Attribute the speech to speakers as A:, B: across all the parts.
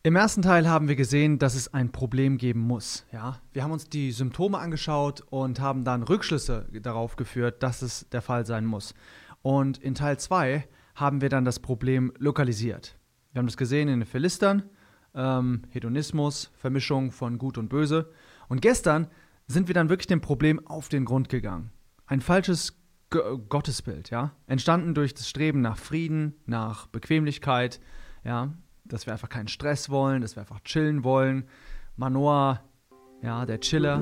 A: Im ersten Teil haben wir gesehen, dass es ein Problem geben muss. Ja? Wir haben uns die Symptome angeschaut und haben dann Rückschlüsse darauf geführt, dass es der Fall sein muss. Und in Teil 2 haben wir dann das Problem lokalisiert. Wir haben das gesehen in den Philistern, Hedonismus, Vermischung von Gut und Böse. Und gestern sind wir dann wirklich dem Problem auf den Grund gegangen. Ein falsches Gottesbild, ja, entstanden durch das Streben nach Frieden, nach Bequemlichkeit, ja, dass wir einfach keinen Stress wollen, dass wir einfach chillen wollen. Manoah, ja, der Chiller.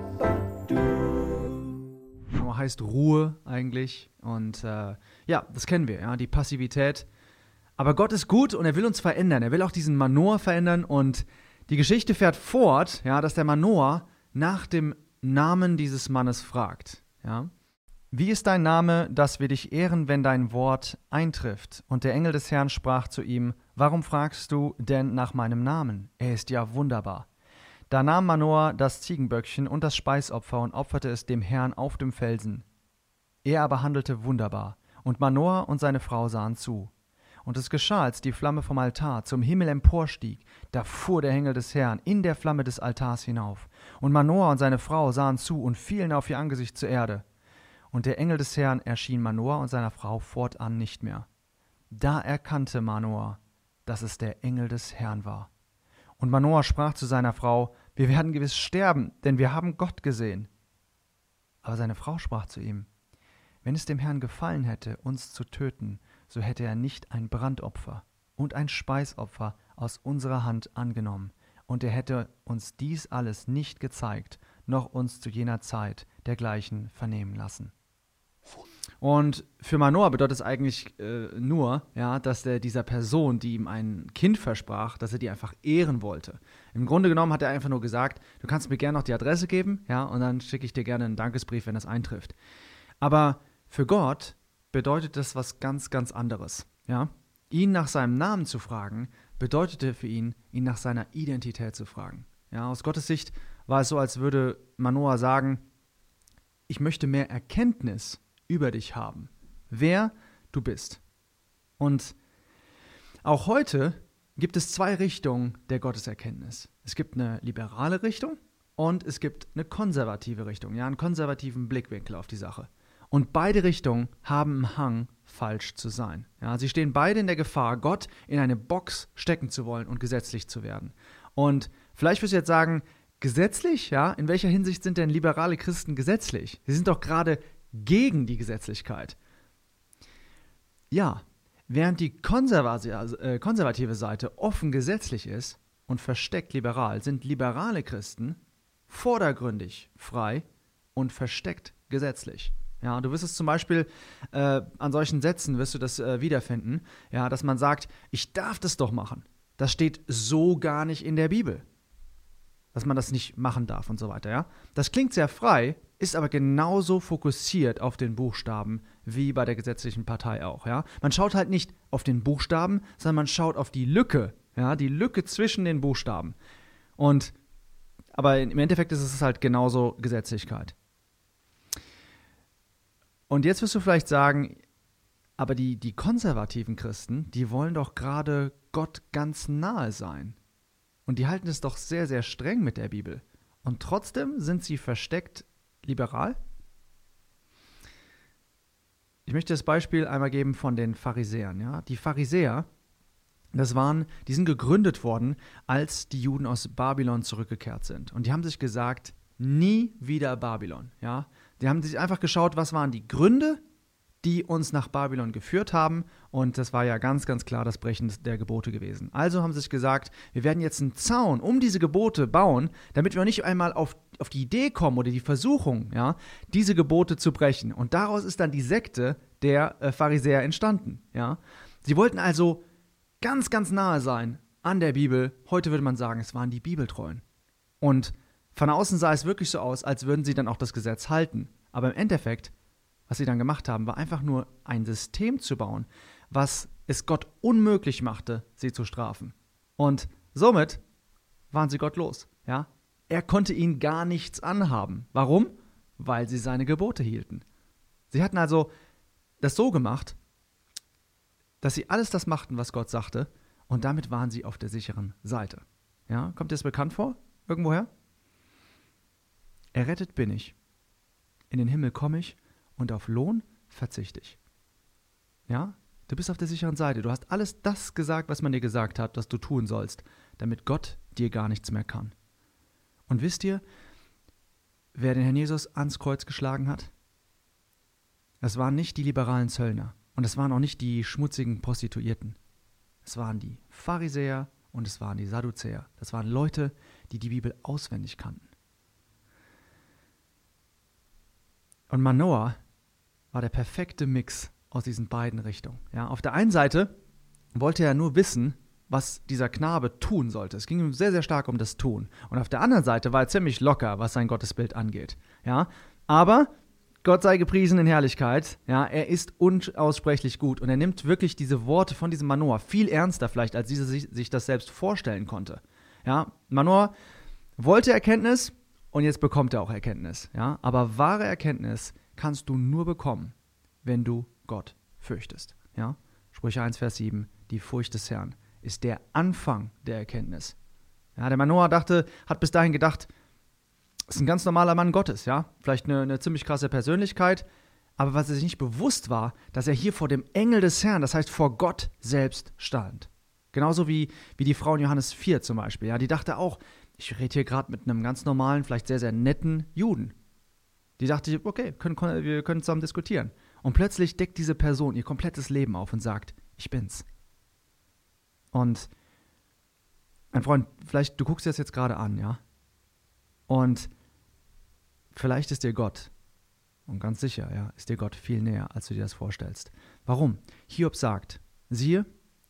A: Manoah heißt Ruhe eigentlich und ja, das kennen wir, ja, die Passivität. Aber Gott ist gut und er will uns verändern, er will auch diesen Manoah verändern und die Geschichte fährt fort, ja, dass der Manoah nach dem Namen dieses Mannes fragt, ja. Wie ist dein Name, dass wir dich ehren, wenn dein Wort eintrifft? Und der Engel des Herrn sprach zu ihm, warum fragst du denn nach meinem Namen? Er ist ja wunderbar. Da nahm Manoah das Ziegenböckchen und das Speisopfer und opferte es dem Herrn auf dem Felsen. Er aber handelte wunderbar, und Manoah und seine Frau sahen zu. Und es geschah, als die Flamme vom Altar zum Himmel emporstieg, da fuhr der Engel des Herrn in der Flamme des Altars hinauf. Und Manoah und seine Frau sahen zu und fielen auf ihr Angesicht zur Erde. Und der Engel des Herrn erschien Manoah und seiner Frau fortan nicht mehr. Da erkannte Manoah, dass es der Engel des Herrn war. Und Manoah sprach zu seiner Frau, wir werden gewiss sterben, denn wir haben Gott gesehen. Aber seine Frau sprach zu ihm, wenn es dem Herrn gefallen hätte, uns zu töten, so hätte er nicht ein Brandopfer und ein Speisopfer aus unserer Hand angenommen, und er hätte uns dies alles nicht gezeigt, noch uns zu jener Zeit dergleichen vernehmen lassen. Und für Manoah bedeutet es eigentlich nur, ja, dass dieser Person, die ihm ein Kind versprach, dass er die einfach ehren wollte. Im Grunde genommen hat er einfach nur gesagt, du kannst mir gerne noch die Adresse geben, ja, und dann schicke ich dir gerne einen Dankesbrief, wenn das eintrifft. Aber für Gott bedeutet das was ganz, ganz anderes, ja. Ihn nach seinem Namen zu fragen, bedeutete für ihn, ihn nach seiner Identität zu fragen. Ja, aus Gottes Sicht war es so, als würde Manoah sagen, ich möchte mehr Erkenntnis über dich haben, wer du bist. Und auch heute gibt es zwei Richtungen der Gotteserkenntnis. Es gibt eine liberale Richtung und es gibt eine konservative Richtung, ja, einen konservativen Blickwinkel auf die Sache. Und beide Richtungen haben einen Hang, falsch zu sein. Ja, sie stehen beide in der Gefahr, Gott in eine Box stecken zu wollen und gesetzlich zu werden. Und vielleicht wirst du jetzt sagen, gesetzlich, ja, in welcher Hinsicht sind denn liberale Christen gesetzlich? Sie sind doch gerade gegen die Gesetzlichkeit. Ja, während die konservative Seite offen gesetzlich ist und versteckt liberal, sind liberale Christen vordergründig frei und versteckt gesetzlich. Ja, du wirst es zum Beispiel an solchen Sätzen wirst du das wiederfinden, ja, dass man sagt, ich darf das doch machen. Das steht so gar nicht in der Bibel, dass man das nicht machen darf und so weiter. Ja, das klingt sehr frei, ist aber genauso fokussiert auf den Buchstaben wie bei der gesetzlichen Partei auch. Ja, man schaut halt nicht auf den Buchstaben, sondern man schaut auf die Lücke, ja, die Lücke zwischen den Buchstaben. Aber im Endeffekt ist es halt genauso Gesetzlichkeit. Und jetzt wirst du vielleicht sagen, aber die konservativen Christen, die wollen doch gerade Gott ganz nahe sein. Und die halten es doch sehr, sehr streng mit der Bibel. Und trotzdem sind sie versteckt liberal? Ich möchte das Beispiel einmal geben von den Pharisäern. Ja? Die Pharisäer, die sind gegründet worden, als die Juden aus Babylon zurückgekehrt sind. Und die haben sich gesagt, nie wieder Babylon. Ja? Die haben sich einfach geschaut, was waren die Gründe, die uns nach Babylon geführt haben. Und das war ja ganz, ganz klar das Brechen der Gebote gewesen. Also haben sie sich gesagt, wir werden jetzt einen Zaun um diese Gebote bauen, damit wir nicht einmal auf die Idee kommen oder die Versuchung, ja, diese Gebote zu brechen. Und daraus ist dann die Sekte der Pharisäer entstanden. Ja. Sie wollten also ganz, ganz nahe sein an der Bibel. Heute würde man sagen, es waren die Bibeltreuen. Und von außen sah es wirklich so aus, als würden sie dann auch das Gesetz halten. Aber im Endeffekt, was sie dann gemacht haben, war einfach nur ein System zu bauen, was es Gott unmöglich machte, sie zu strafen. Und somit waren sie gottlos. Ja? Er konnte ihnen gar nichts anhaben. Warum? Weil sie seine Gebote hielten. Sie hatten also das so gemacht, dass sie alles das machten, was Gott sagte, Und damit waren sie auf der sicheren Seite. Ja, kommt dir das bekannt vor? Irgendwoher? Errettet bin ich. In den Himmel komme ich und auf Lohn verzichte ich. Ja, du bist auf der sicheren Seite. Du hast alles das gesagt, was man dir gesagt hat, was du tun sollst, damit Gott dir gar nichts mehr kann. Und wisst ihr, wer den Herrn Jesus ans Kreuz geschlagen hat? Das waren nicht die liberalen Zöllner und es waren auch nicht die schmutzigen Prostituierten. Es waren die Pharisäer und es waren die Sadduzäer. Das waren Leute, die die Bibel auswendig kannten. Und Manoah war der perfekte Mix aus diesen beiden Richtungen. Ja, auf der einen Seite wollte er nur wissen, was dieser Knabe tun sollte. Es ging ihm sehr, sehr stark um das Tun. Und auf der anderen Seite war er ziemlich locker, was sein Gottesbild angeht. Ja, aber Gott sei gepriesen in Herrlichkeit. Ja, er ist unaussprechlich gut. Und er nimmt wirklich diese Worte von diesem Manoah viel ernster vielleicht, als dieser sich das selbst vorstellen konnte. Ja, Manoah wollte Erkenntnis und jetzt bekommt er auch Erkenntnis. Ja, aber wahre Erkenntnis kannst du nur bekommen, wenn du Gott fürchtest. Ja, Sprüche 1, Vers 7, die Furcht des Herrn ist der Anfang der Erkenntnis. Ja, der Manoah hat bis dahin gedacht, ist ein ganz normaler Mann Gottes, ja, vielleicht eine ziemlich krasse Persönlichkeit, aber was er sich nicht bewusst war, dass er hier vor dem Engel des Herrn, das heißt vor Gott selbst stand. Genauso wie die Frau in Johannes 4 zum Beispiel, ja, die dachte auch, ich rede hier gerade mit einem ganz normalen, vielleicht sehr, sehr netten Juden. Die dachte, okay, wir können zusammen diskutieren. Und plötzlich deckt diese Person ihr komplettes Leben auf und sagt, ich bin's. Und mein Freund, vielleicht, du guckst dir das jetzt gerade an, ja? Und vielleicht ist dir Gott, und ganz sicher, ja, ist dir Gott viel näher, als du dir das vorstellst. Warum? Hiob sagt, siehe,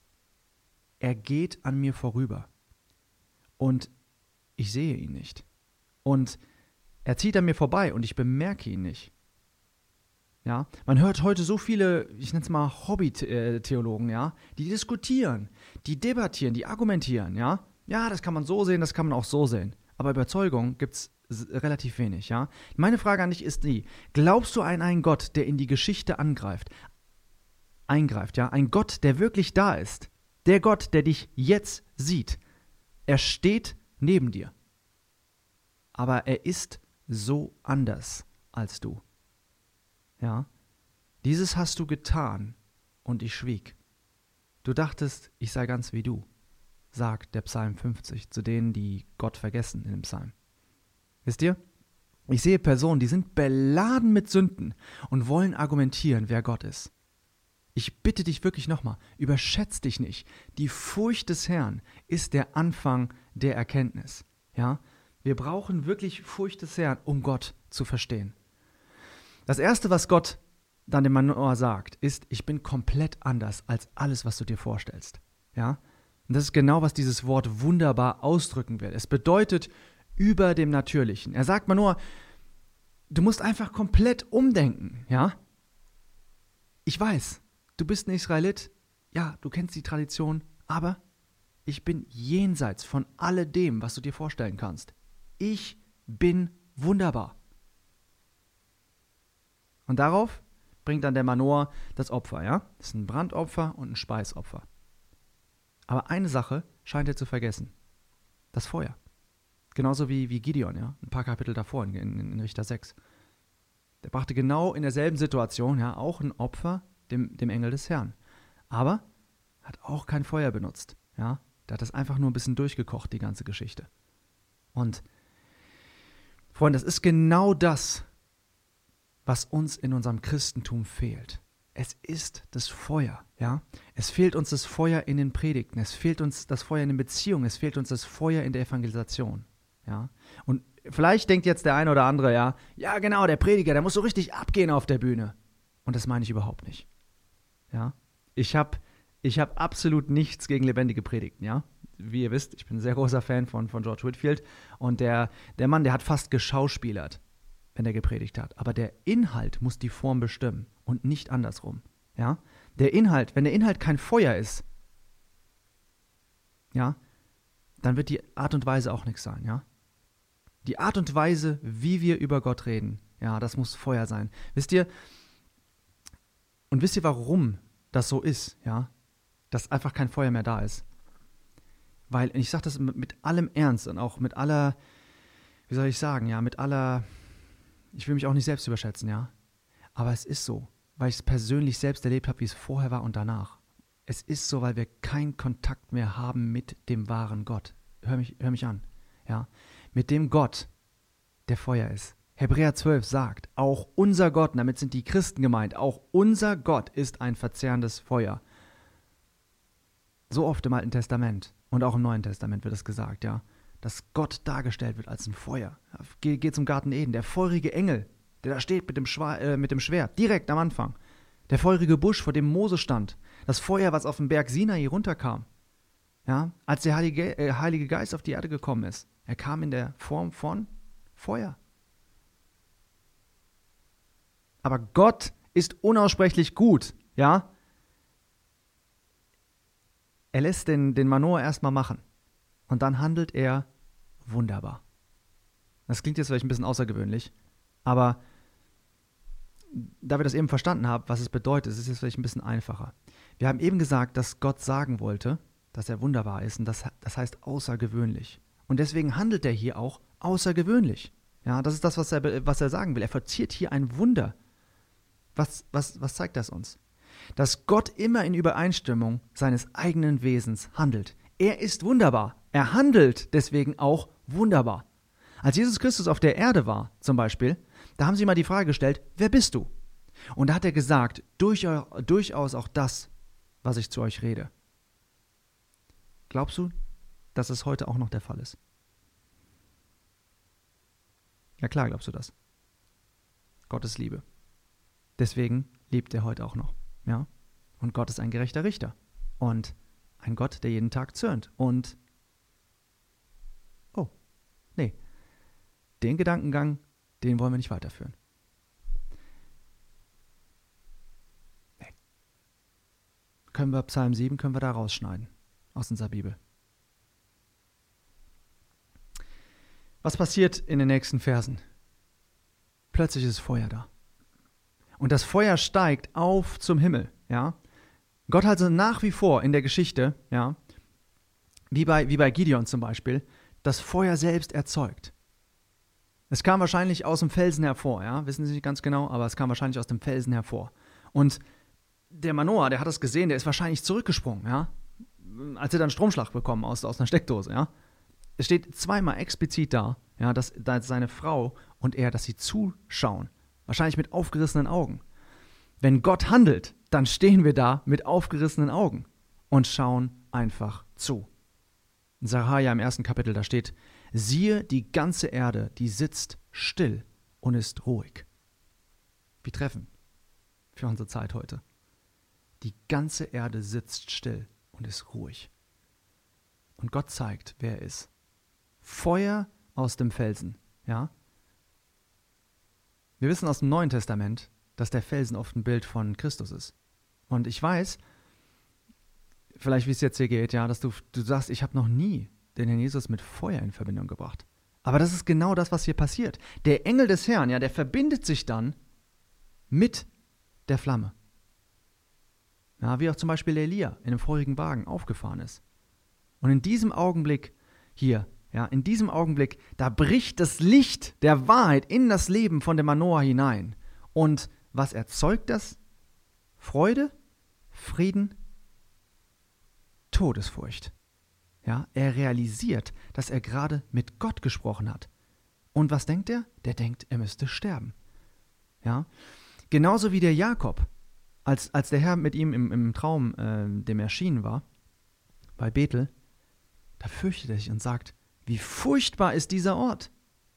A: er geht an mir vorüber und ich sehe ihn nicht. Und er zieht an mir vorbei und ich bemerke ihn nicht. Ja, man hört heute so viele, ich nenne es mal Hobby-Theologen, ja, die diskutieren, die debattieren, die argumentieren, ja. Ja, das kann man so sehen, das kann man auch so sehen. Aber Überzeugung gibt es relativ wenig, ja. Meine Frage an dich ist die, glaubst du an einen Gott, der in die Geschichte eingreift, ja, ein Gott, der wirklich da ist, der Gott, der dich jetzt sieht, er steht neben dir, aber er ist so anders als du. Ja, dieses hast du getan und ich schwieg. Du dachtest, ich sei ganz wie du, sagt der Psalm 50 zu denen, die Gott vergessen in dem Psalm. Wisst ihr, ich sehe Personen, die sind beladen mit Sünden und wollen argumentieren, wer Gott ist. Ich bitte dich wirklich nochmal, überschätz dich nicht. Die Furcht des Herrn ist der Anfang der Erkenntnis. Ja, wir brauchen wirklich Furcht des Herrn, um Gott zu verstehen. Das Erste, was Gott dann dem Manoah sagt, ist, ich bin komplett anders als alles, was du dir vorstellst. Ja? Und das ist genau, was dieses Wort wunderbar ausdrücken will. Es bedeutet über dem Natürlichen. Er sagt Manoah, du musst einfach komplett umdenken. Ja? Ich weiß, du bist ein Israelit, ja, du kennst die Tradition, aber ich bin jenseits von alledem, was du dir vorstellen kannst. Ich bin wunderbar. Und darauf bringt dann der Manoah das Opfer, ja? Das ist ein Brandopfer und ein Speisopfer. Aber eine Sache scheint er zu vergessen. Das Feuer. Genauso wie Gideon, ja? Ein paar Kapitel davor in Richter 6. Der brachte genau in derselben Situation, ja, auch ein Opfer dem Engel des Herrn. Aber hat auch kein Feuer benutzt, ja? Der hat das einfach nur ein bisschen durchgekocht, die ganze Geschichte. Und, Freunde, das ist genau das, was uns in unserem Christentum fehlt. Es ist das Feuer, ja. Es fehlt uns das Feuer in den Predigten, es fehlt uns das Feuer in den Beziehungen, es fehlt uns das Feuer in der Evangelisation, ja. Und vielleicht denkt jetzt der eine oder andere, ja genau, der Prediger, der muss so richtig abgehen auf der Bühne. Und das meine ich überhaupt nicht, ja. Ich hab absolut nichts gegen lebendige Predigten, ja. Wie ihr wisst, ich bin ein sehr großer Fan von George Whitefield und der Mann, der hat fast geschauspielert, wenn er gepredigt hat. Aber der Inhalt muss die Form bestimmen und nicht andersrum. Ja? Wenn der Inhalt kein Feuer ist, ja, dann wird die Art und Weise auch nichts sein. Ja? Die Art und Weise, wie wir über Gott reden, ja, das muss Feuer sein. Wisst ihr, warum das so ist, ja? Dass einfach kein Feuer mehr da ist? Weil, ich sage das mit allem Ernst und auch mit aller, wie soll ich sagen, ja, mit aller, ich will mich auch nicht selbst überschätzen, ja. Aber es ist so, weil ich es persönlich selbst erlebt habe, wie es vorher war und danach. Es ist so, weil wir keinen Kontakt mehr haben mit dem wahren Gott. Hör mich an, ja. Mit dem Gott, der Feuer ist. Hebräer 12 sagt, auch unser Gott, und damit sind die Christen gemeint, auch unser Gott ist ein verzehrendes Feuer. So oft im Alten Testament und auch im Neuen Testament wird es gesagt, ja, dass Gott dargestellt wird als ein Feuer. Geht zum Garten Eden, der feurige Engel, der da steht mit dem Schwert, direkt am Anfang. Der feurige Busch, vor dem Mose stand. Das Feuer, was auf dem Berg Sinai runterkam. Ja, als der Heilige Geist auf die Erde gekommen ist. Er kam in der Form von Feuer. Aber Gott ist unaussprechlich gut, ja. Er lässt den Manoah erstmal machen. Und dann handelt er wunderbar. Das klingt jetzt vielleicht ein bisschen außergewöhnlich, aber da wir das eben verstanden haben, was es bedeutet, ist es jetzt vielleicht ein bisschen einfacher. Wir haben eben gesagt, dass Gott sagen wollte, dass er wunderbar ist und das heißt außergewöhnlich. Und deswegen handelt er hier auch außergewöhnlich. Ja, das ist das, was er sagen will. Er vollzieht hier ein Wunder. Was zeigt das uns? Dass Gott immer in Übereinstimmung seines eigenen Wesens handelt. Er ist wunderbar. Er handelt deswegen auch wunderbar. Als Jesus Christus auf der Erde war, zum Beispiel, da haben sie mal die Frage gestellt, wer bist du? Und da hat er gesagt, durchaus auch das, was ich zu euch rede. Glaubst du, dass es heute auch noch der Fall ist? Ja klar, glaubst du das. Gott ist Liebe. Deswegen liebt er heute auch noch. Ja? Und Gott ist ein gerechter Richter. Und ein Gott, der jeden Tag zürnt. Und, den Gedankengang, den wollen wir nicht weiterführen. Nee. Psalm 7 können wir da rausschneiden, aus unserer Bibel. Was passiert in den nächsten Versen? Plötzlich ist Feuer da. Und das Feuer steigt auf zum Himmel, ja. Gott hat also nach wie vor in der Geschichte, ja, wie bei Gideon zum Beispiel, das Feuer selbst erzeugt. Es kam wahrscheinlich aus dem Felsen hervor, ja, wissen Sie nicht ganz genau, aber es kam wahrscheinlich aus dem Felsen hervor. Und der Manoah, der hat das gesehen, der ist wahrscheinlich zurückgesprungen, ja, als er dann Stromschlag bekommen aus einer Steckdose, ja. Es steht zweimal explizit da, ja, dass seine Frau und er, dass sie zuschauen, wahrscheinlich mit aufgerissenen Augen. Wenn Gott handelt, dann stehen wir da mit aufgerissenen Augen und schauen einfach zu. In Sacharja im 1. Kapitel, da steht, siehe, die ganze Erde, die sitzt still und ist ruhig. Wie treffend für unsere Zeit heute. Die ganze Erde sitzt still und ist ruhig. Und Gott zeigt, wer er ist. Feuer aus dem Felsen, ja. Wir wissen aus dem Neuen Testament, dass der Felsen oft ein Bild von Christus ist. Und ich weiß, vielleicht wie es jetzt hier geht, ja, dass du sagst, ich habe noch nie den Herrn Jesus mit Feuer in Verbindung gebracht. Aber das ist genau das, was hier passiert. Der Engel des Herrn, ja, der verbindet sich dann mit der Flamme. Ja, wie auch zum Beispiel Elia in dem feurigen Wagen aufgefahren ist. Und in diesem Augenblick hier, ja, in diesem Augenblick, da bricht das Licht der Wahrheit in das Leben von dem Manoah hinein. Und was erzeugt das? Freude, Frieden, Todesfurcht. Ja, er realisiert, dass er gerade mit Gott gesprochen hat. Und was denkt er? Der denkt, er müsste sterben. Ja, genauso wie der Jakob, als der Herr mit ihm im Traum dem erschienen war, bei Bethel, da fürchtet er sich und sagt, wie furchtbar ist dieser Ort.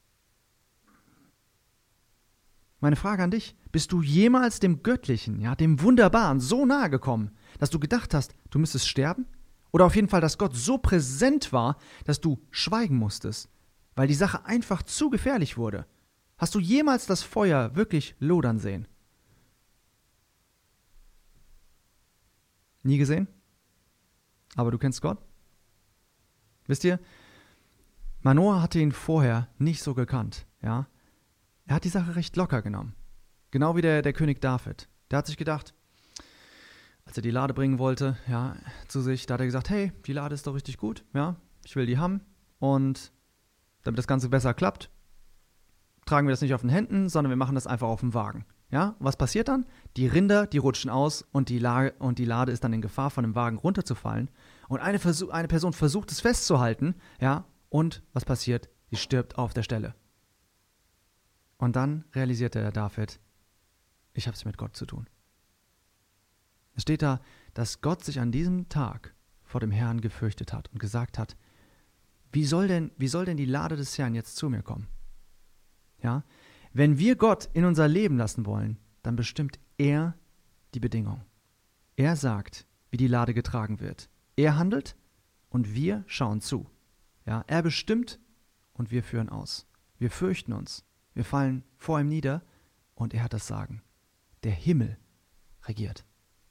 A: Meine Frage an dich, bist du jemals dem Göttlichen, ja, dem Wunderbaren so nahe gekommen, dass du gedacht hast, du müsstest sterben? Oder auf jeden Fall, dass Gott so präsent war, dass du schweigen musstest, weil die Sache einfach zu gefährlich wurde. Hast du jemals das Feuer wirklich lodern sehen? Nie gesehen? Aber du kennst Gott? Wisst ihr, Manoah hatte ihn vorher nicht so gekannt, ja. Er hat die Sache recht locker genommen. Genau wie der König David. Der hat sich gedacht, als er die Lade bringen wollte, ja, zu sich, da hat er gesagt, hey, die Lade ist doch richtig gut, ja, ich will die haben. Und damit das Ganze besser klappt, tragen wir das nicht auf den Händen, sondern wir machen das einfach auf dem Wagen. Ja, was passiert dann? Die Rinder, die rutschen aus und die Lade ist dann in Gefahr, von dem Wagen runterzufallen. Und eine Person versucht es festzuhalten, ja, und was passiert? Sie stirbt auf der Stelle. Und dann realisierte der David, ich habe es mit Gott zu tun. Es steht da, dass Gott sich an diesem Tag vor dem Herrn gefürchtet hat und gesagt hat, wie soll denn die Lade des Herrn jetzt zu mir kommen? Ja, wenn wir Gott in unser Leben lassen wollen, dann bestimmt er die Bedingung. Er sagt, wie die Lade getragen wird. Er handelt und wir schauen zu. Ja, er bestimmt und wir führen aus. Wir fürchten uns. Wir fallen vor ihm nieder und er hat das Sagen. Der Himmel regiert.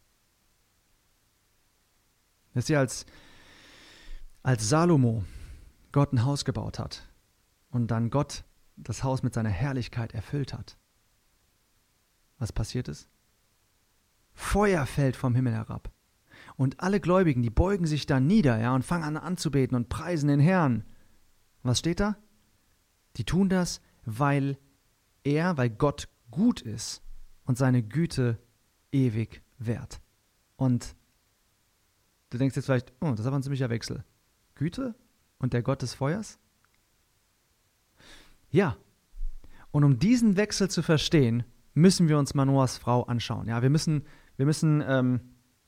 A: Das ist ja als Salomo Gott ein Haus gebaut hat und dann Gott das Haus mit seiner Herrlichkeit erfüllt hat. Was passiert ist? Feuer fällt vom Himmel herab. Und alle Gläubigen, die beugen sich da nieder, ja, und fangen an anzubeten und preisen den Herrn. Was steht da? Die tun das, weil Gott gut ist und seine Güte ewig währt. Und du denkst jetzt vielleicht, oh, das ist aber ein ziemlicher Wechsel. Güte und der Gott des Feuers? Ja, und um diesen Wechsel zu verstehen, müssen wir uns Manoahs Frau anschauen. Ja, wir haben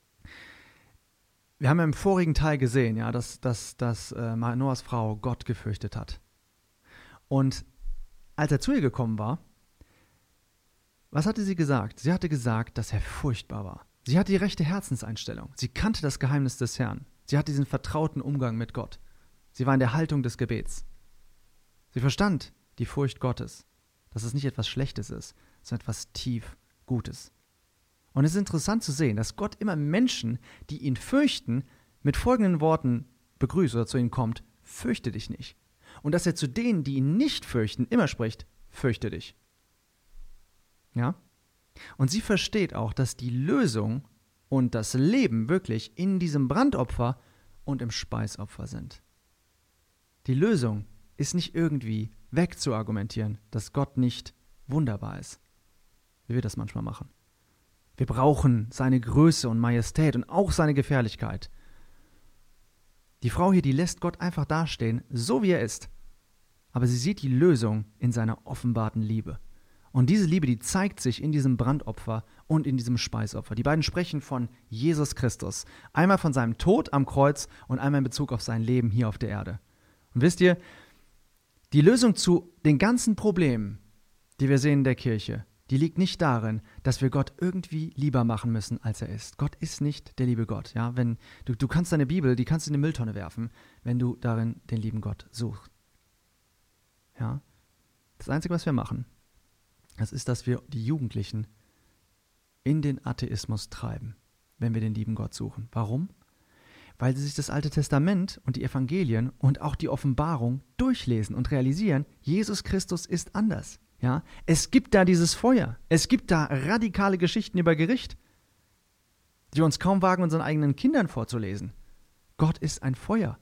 A: ja im vorigen Teil gesehen, ja, dass Manoahs Frau Gott gefürchtet hat. Und als er zu ihr gekommen war, was hatte sie gesagt? Sie hatte gesagt, dass er furchtbar war. Sie hatte die rechte Herzenseinstellung. Sie kannte das Geheimnis des Herrn. Sie hatte diesen vertrauten Umgang mit Gott. Sie war in der Haltung des Gebets. Sie verstand die Furcht Gottes, dass es nicht etwas Schlechtes ist, sondern etwas tief Gutes. Und es ist interessant zu sehen, dass Gott immer Menschen, die ihn fürchten, mit folgenden Worten begrüßt oder zu ihnen kommt, fürchte dich nicht. Und dass er zu denen, die ihn nicht fürchten, immer spricht, fürchte dich. Ja? Und sie versteht auch, dass die Lösung und das Leben wirklich in diesem Brandopfer und im Speisopfer sind. Die Lösung ist nicht irgendwie wegzuargumentieren, dass Gott nicht wunderbar ist, wie wir das manchmal machen. Wir brauchen seine Größe und Majestät und auch seine Gefährlichkeit. Die Frau hier, die lässt Gott einfach dastehen, so wie er ist. Aber sie sieht die Lösung in seiner offenbarten Liebe. Und diese Liebe, die zeigt sich in diesem Brandopfer und in diesem Speisopfer. Die beiden sprechen von Jesus Christus. Einmal von seinem Tod am Kreuz und einmal in Bezug auf sein Leben hier auf der Erde. Und wisst ihr, die Lösung zu den ganzen Problemen, die wir sehen in der Kirche, die liegt nicht darin, dass wir Gott irgendwie lieber machen müssen, als er ist. Gott ist nicht der liebe Gott. Ja? Wenn du kannst deine Bibel, die kannst du in die Mülltonne werfen, wenn du darin den lieben Gott suchst. Ja? Das Einzige, was wir machen, das ist, dass wir die Jugendlichen in den Atheismus treiben, wenn wir den lieben Gott suchen. Warum? Weil sie sich das Alte Testament und die Evangelien und auch die Offenbarung durchlesen und realisieren, Jesus Christus ist anders. Ja? Es gibt da dieses Feuer. Es gibt da radikale Geschichten über Gericht, die wir uns kaum wagen, unseren eigenen Kindern vorzulesen. Gott ist ein Feuer.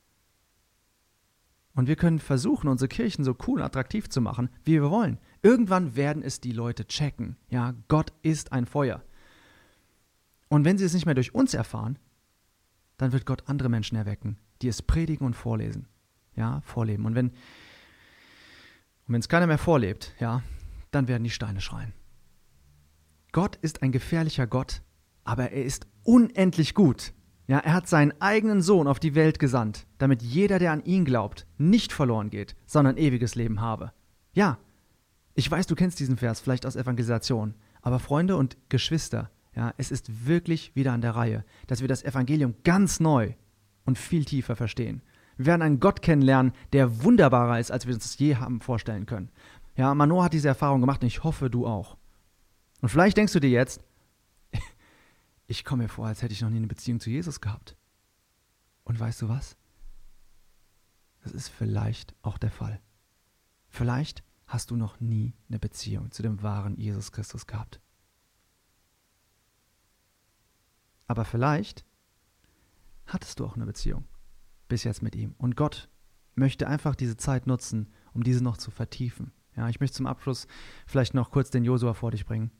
A: Und wir können versuchen, unsere Kirchen so cool und attraktiv zu machen, wie wir wollen. Irgendwann werden es die Leute checken. Ja, Gott ist ein Feuer. Und wenn sie es nicht mehr durch uns erfahren, dann wird Gott andere Menschen erwecken, die es predigen und vorlesen. Ja, vorleben. Und wenn es keiner mehr vorlebt, ja, dann werden die Steine schreien. Gott ist ein gefährlicher Gott, aber er ist unendlich gut. Ja, er hat seinen eigenen Sohn auf die Welt gesandt, damit jeder, der an ihn glaubt, nicht verloren geht, sondern ewiges Leben habe. Ja, ich weiß, du kennst diesen Vers vielleicht aus Evangelisation, aber Freunde und Geschwister, ja, es ist wirklich wieder an der Reihe, dass wir das Evangelium ganz neu und viel tiefer verstehen. Wir werden einen Gott kennenlernen, der wunderbarer ist, als wir uns das je haben vorstellen können. Ja, Manoah hat diese Erfahrung gemacht und ich hoffe, du auch. Und vielleicht denkst du dir jetzt, ich komme mir vor, als hätte ich noch nie eine Beziehung zu Jesus gehabt. Und weißt du was? Das ist vielleicht auch der Fall. Vielleicht hast du noch nie eine Beziehung zu dem wahren Jesus Christus gehabt. Aber vielleicht hattest du auch eine Beziehung bis jetzt mit ihm. Und Gott möchte einfach diese Zeit nutzen, um diese noch zu vertiefen. Ja, ich möchte zum Abschluss vielleicht noch kurz den Josua vor dich bringen.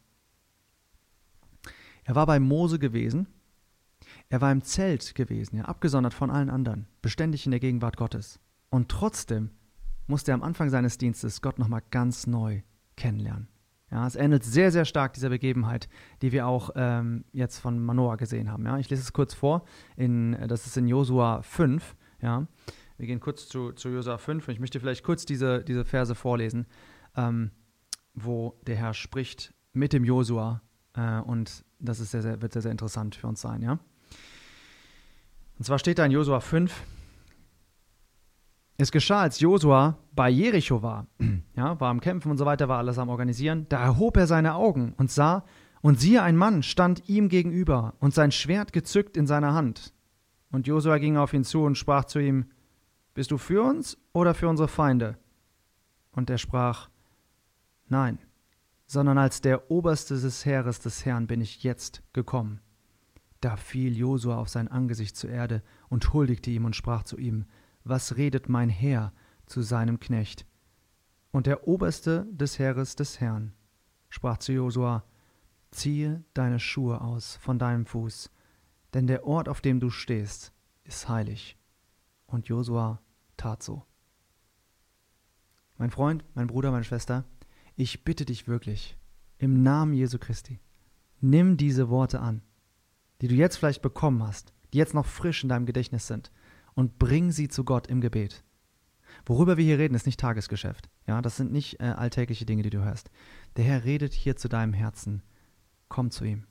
A: Er war bei Mose gewesen. Er war im Zelt gewesen, ja, abgesondert von allen anderen, beständig in der Gegenwart Gottes. Und trotzdem musste er am Anfang seines Dienstes Gott nochmal ganz neu kennenlernen. Ja, es ähnelt sehr, sehr stark dieser Begebenheit, die wir auch jetzt von Manoah gesehen haben. Ja. Ich lese es kurz vor, das ist in Josua 5. Ja. Wir gehen kurz zu Josua 5 und ich möchte vielleicht kurz diese Verse vorlesen, wo der Herr spricht mit dem Josua und das ist wird sehr, sehr interessant für uns sein. Ja. Und zwar steht da in Josua 5, es geschah, als Josua bei Jericho war, ja, war am Kämpfen und so weiter, war alles am Organisieren, da erhob er seine Augen und sah, und siehe, ein Mann stand ihm gegenüber und sein Schwert gezückt in seiner Hand. Und Josua ging auf ihn zu und sprach zu ihm, bist du für uns oder für unsere Feinde? Und er sprach, nein, sondern als der Oberste des Heeres des Herrn bin ich jetzt gekommen. Da fiel Josua auf sein Angesicht zur Erde und huldigte ihm und sprach zu ihm, was redet mein Herr zu seinem Knecht? Und der Oberste des Heeres des Herrn sprach zu Josua, ziehe deine Schuhe aus von deinem Fuß, denn der Ort, auf dem du stehst, ist heilig. Und Josua tat so. Mein Freund, mein Bruder, meine Schwester, ich bitte dich wirklich, im Namen Jesu Christi, nimm diese Worte an, die du jetzt vielleicht bekommen hast, die jetzt noch frisch in deinem Gedächtnis sind, und bring sie zu Gott im Gebet. Worüber wir hier reden, ist nicht Tagesgeschäft. Ja, das sind nicht alltägliche Dinge, die du hörst. Der Herr redet hier zu deinem Herzen. Komm zu ihm.